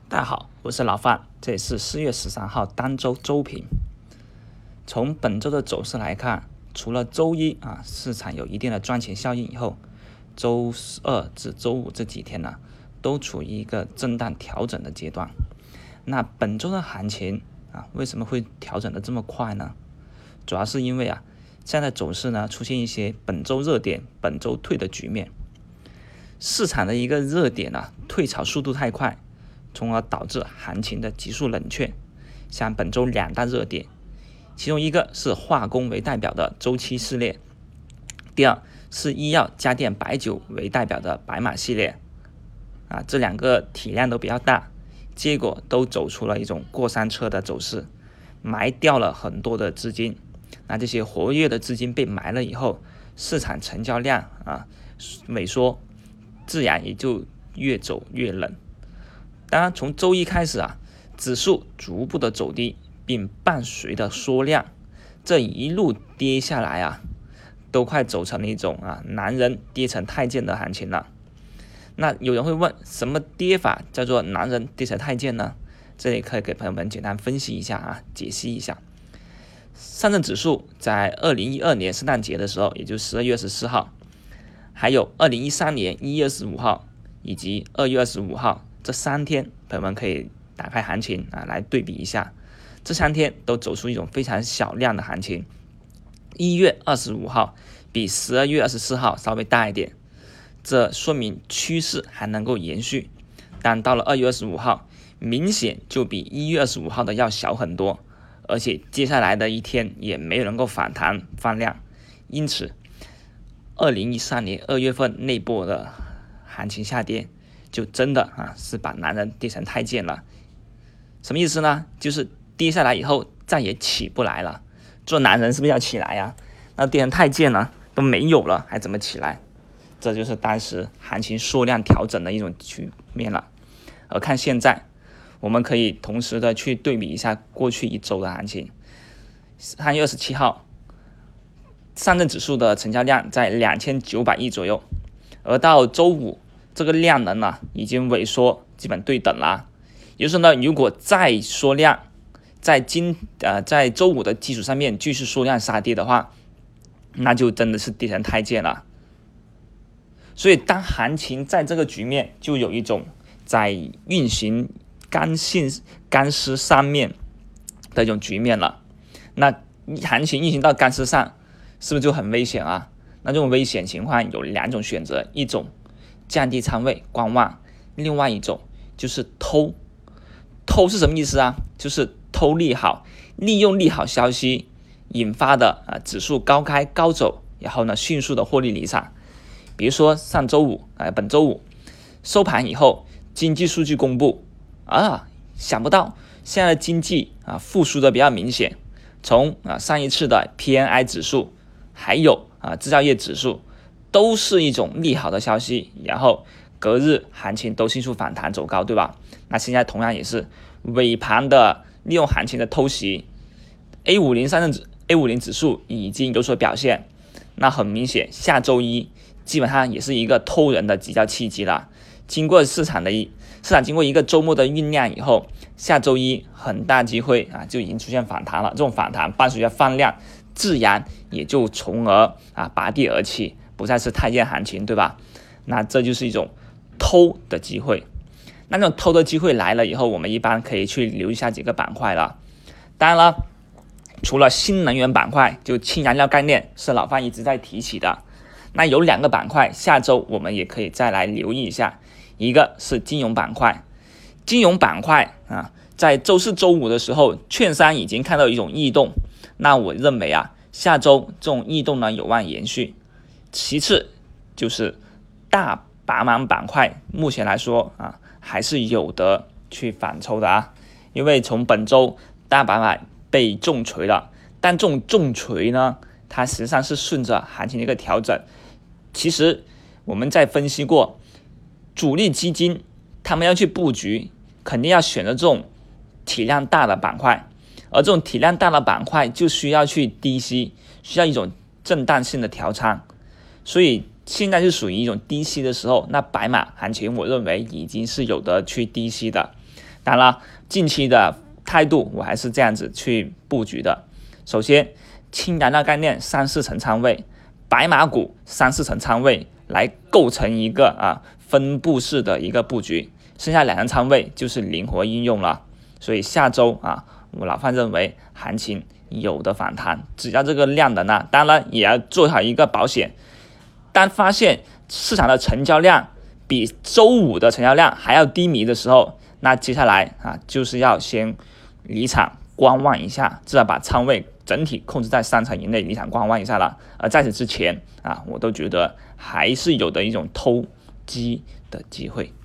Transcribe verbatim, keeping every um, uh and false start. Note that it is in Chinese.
大家好，我是老范，这里是四月十三号单周周评。从本周的走势来看，除了周一啊市场有一定的赚钱效应以后，周二至周五这几天呢，都处于一个震荡调整的阶段。那本周的行情啊，为什么会调整的这么快呢？主要是因为啊，现在走势呢出现一些本周热点本周退的局面，市场的一个热点啊退潮速度太快，从而导致行情的急速冷却。像本周两大热点，其中一个是化工为代表的周期系列，第二是医药、家电、白酒为代表的白马系列。啊，这两个体量都比较大，结果都走出了一种过山车的走势，埋掉了很多的资金。那这些活跃的资金被埋了以后，市场成交量啊萎缩，自然也就越走越冷。当然，从周一开始啊，指数逐步的走低，并伴随的缩量，这一路跌下来啊，都快走成了一种啊男人跌成太监的行情了。那有人会问，什么跌法叫做男人跌成太监呢？这里可以给朋友们简单分析一下啊，解析一下。上证指数在二零一二年圣诞节的时候，也就是十二月二十四号，还有二零一三年一月二十五号以及二月二十五号这三天，朋友们可以打开行情啊来对比一下，这三天都走出一种非常小量的行情。一月二十五号比十二月二十四号稍微大一点，这说明趋势还能够延续。但到了二月二十五号，明显就比一月二十五号的要小很多，而且接下来的一天也没有能够反弹放量，因此二零一三年二月份那波的行情下跌，就真的啊是把男人跌成太监了。什么意思呢？就是跌下来以后再也起不来了。做男人是不是要起来呀？那跌成太监呢都没有了，还怎么起来？这就是当时行情缩量调整的一种局面了。而看现在，我们可以同时的去对比一下过去一周的行情。三月二十七号，上证指数的成交量在两千九百亿左右，而到周五，这个量能呢已经萎缩，基本对等了。也就是说呢，如果再缩量，在今呃在周五的基础上面继续缩量杀跌的话，那就真的是跌成太监了。所以当行情在这个局面，就有一种在运行干性干湿上面的一种局面了。那行情运行到干湿上，是不是就很危险啊？那这种危险情况有两种选择，一种降低仓位观望，另外一种就是偷。偷是什么意思啊？就是偷利好，利用利好消息引发的啊指数高开高走，然后呢迅速的获利离场。比如说上周五啊、呃，本周五收盘以后，经济数据公布啊，想不到现在的经济啊复苏的比较明显，从啊上一次的 P M I 指数，还有啊制造业指数，都是一种利好的消息，然后隔日行情都迅速反弹走高，对吧？那现在同样也是尾盘的利用行情的偷袭 ，A 五十 上证指 A 五十 指数已经有所表现，那很明显下周一基本上也是一个偷人的极佳契机了。经过市场的一市场经过一个周末的酝酿以后，下周一很大机会啊就已经出现反弹了。这种反弹伴随着放量，自然也就从而啊拔地而起，不再是太监行情，对吧？那这就是一种偷的机会。那这种偷的机会来了以后，我们一般可以去留意下几个板块了。当然了，除了新能源板块，就氢燃料概念是老范一直在提起的。那有两个板块，下周我们也可以再来留意一下。一个是金融板块，金融板块啊，在周四周五的时候，券商已经看到一种异动。那我认为啊，下周这种异动呢有望延续。其次就是大白马板块，目前来说啊，还是有的去反抽的啊，因为从本周大白马被重锤了，但这种重锤呢，它实际上是顺着行情的一个调整。其实我们在分析过，主力基金他们要去布局，肯定要选择这种体量大的板块，而这种体量大的板块就需要去低吸，需要一种震荡性的调仓。所以现在是属于一种低吸的时候，那白马行情我认为已经是有的去低吸的。 当然了，近期的态度我还是这样子去布局的。首先，氢燃料概念三四成仓位，白马股三四成仓位来构成一个啊分布式的一个布局，剩下两成仓位就是灵活应用了。所以下周啊，我老范认为行情有的反弹，只要这个量能呢，当然也要做好一个保险。当发现市场的成交量比周五的成交量还要低迷的时候，那接下来啊就是要先离场观望一下，至少把仓位整体控制在三成以内，离场观望一下了。而在此之前啊，我都觉得还是有的一种偷鸡的机会。